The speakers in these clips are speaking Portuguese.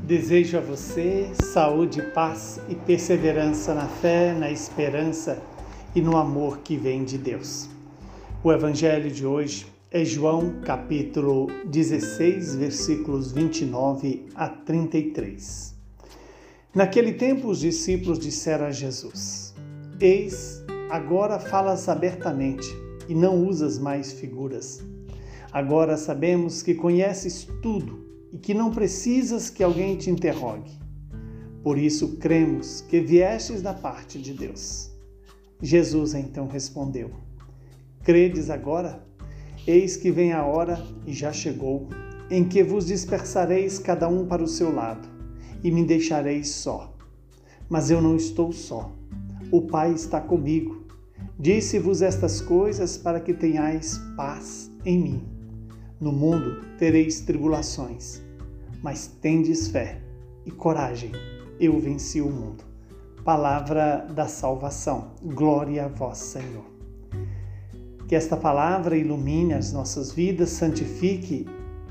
Desejo a você saúde, paz e perseverança na fé, na esperança e no amor que vem de Deus. O evangelho de hoje é João capítulo 16, versículos 29 a 33. Naquele tempo os discípulos disseram a Jesus: Eis, agora falas abertamente e não usas mais figuras. Agora sabemos que conheces tudo e que não precisas que alguém te interrogue. Por isso cremos que viestes da parte de Deus. Jesus então respondeu: Credes agora? Eis que vem a hora, e já chegou, em que vos dispersareis cada um para o seu lado, e me deixareis só. Mas eu não estou só. O Pai está comigo. Disse-vos estas coisas para que tenhais paz em mim. No mundo tereis tribulações, mas tendes fé e coragem. Eu venci o mundo. Palavra da salvação. Glória a vós, Senhor. Que esta palavra ilumine as nossas vidas, santifique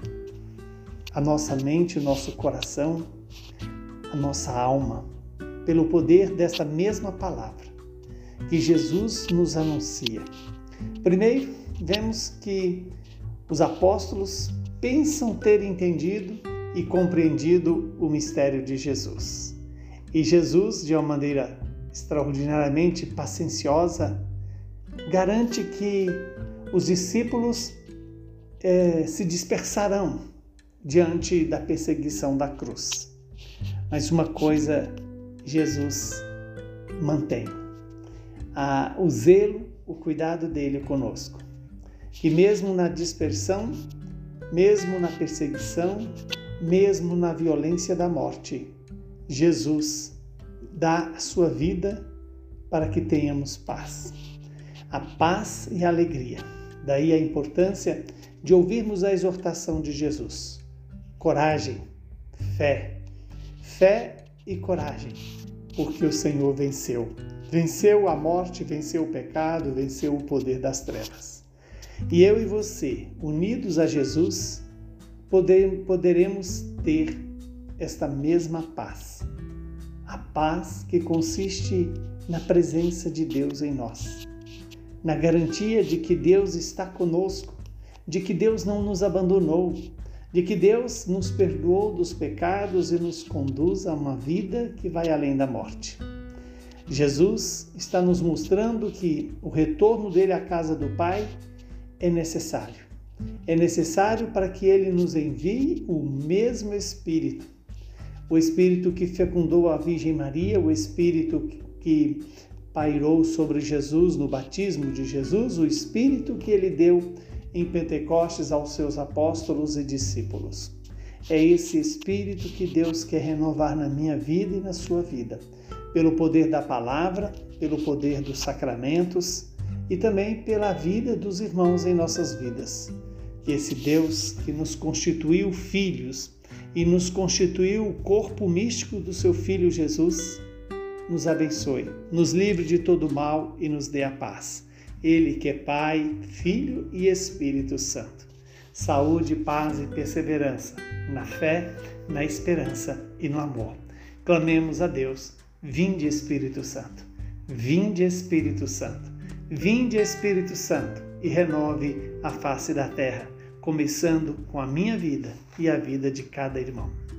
a nossa mente, o nosso coração, a nossa alma, pelo poder desta mesma palavra que Jesus nos anuncia. Primeiro, vemos que os apóstolos pensam ter entendido e compreendido o mistério de Jesus. E Jesus, de uma maneira extraordinariamente pacienciosa, garante que os discípulos se dispersarão diante da perseguição da cruz. Mas uma coisa Jesus mantém: o zelo, o cuidado dele conosco. Que mesmo na dispersão, mesmo na perseguição, mesmo na violência da morte, Jesus dá a sua vida para que tenhamos paz. A paz e a alegria. Daí a importância de ouvirmos a exortação de Jesus. Coragem, fé e coragem, porque o Senhor venceu. Venceu a morte, venceu o pecado, venceu o poder das trevas. E eu e você, unidos a Jesus, poderemos ter esta mesma paz. A paz que consiste na presença de Deus em nós. Na garantia de que Deus está conosco, de que Deus não nos abandonou, de que Deus nos perdoou dos pecados e nos conduz a uma vida que vai além da morte. Jesus está nos mostrando que o retorno dele à casa do Pai é necessário. É necessário para que ele nos envie o mesmo Espírito. O Espírito que fecundou a Virgem Maria, o Espírito que pairou sobre Jesus no batismo de Jesus, o Espírito que ele deu em Pentecostes aos seus apóstolos e discípulos. É esse Espírito que Deus quer renovar na minha vida e na sua vida, pelo poder da palavra, pelo poder dos sacramentos e também pela vida dos irmãos em nossas vidas. Que esse Deus que nos constituiu filhos e nos constituiu o corpo místico do seu Filho Jesus, nos abençoe, nos livre de todo mal e nos dê a paz. Ele que é Pai, Filho e Espírito Santo. Saúde, paz e perseverança, na fé, na esperança e no amor. Clamemos a Deus: vinde Espírito Santo, vinde Espírito Santo, vinde Espírito Santo e renove a face da terra, começando com a minha vida e a vida de cada irmão.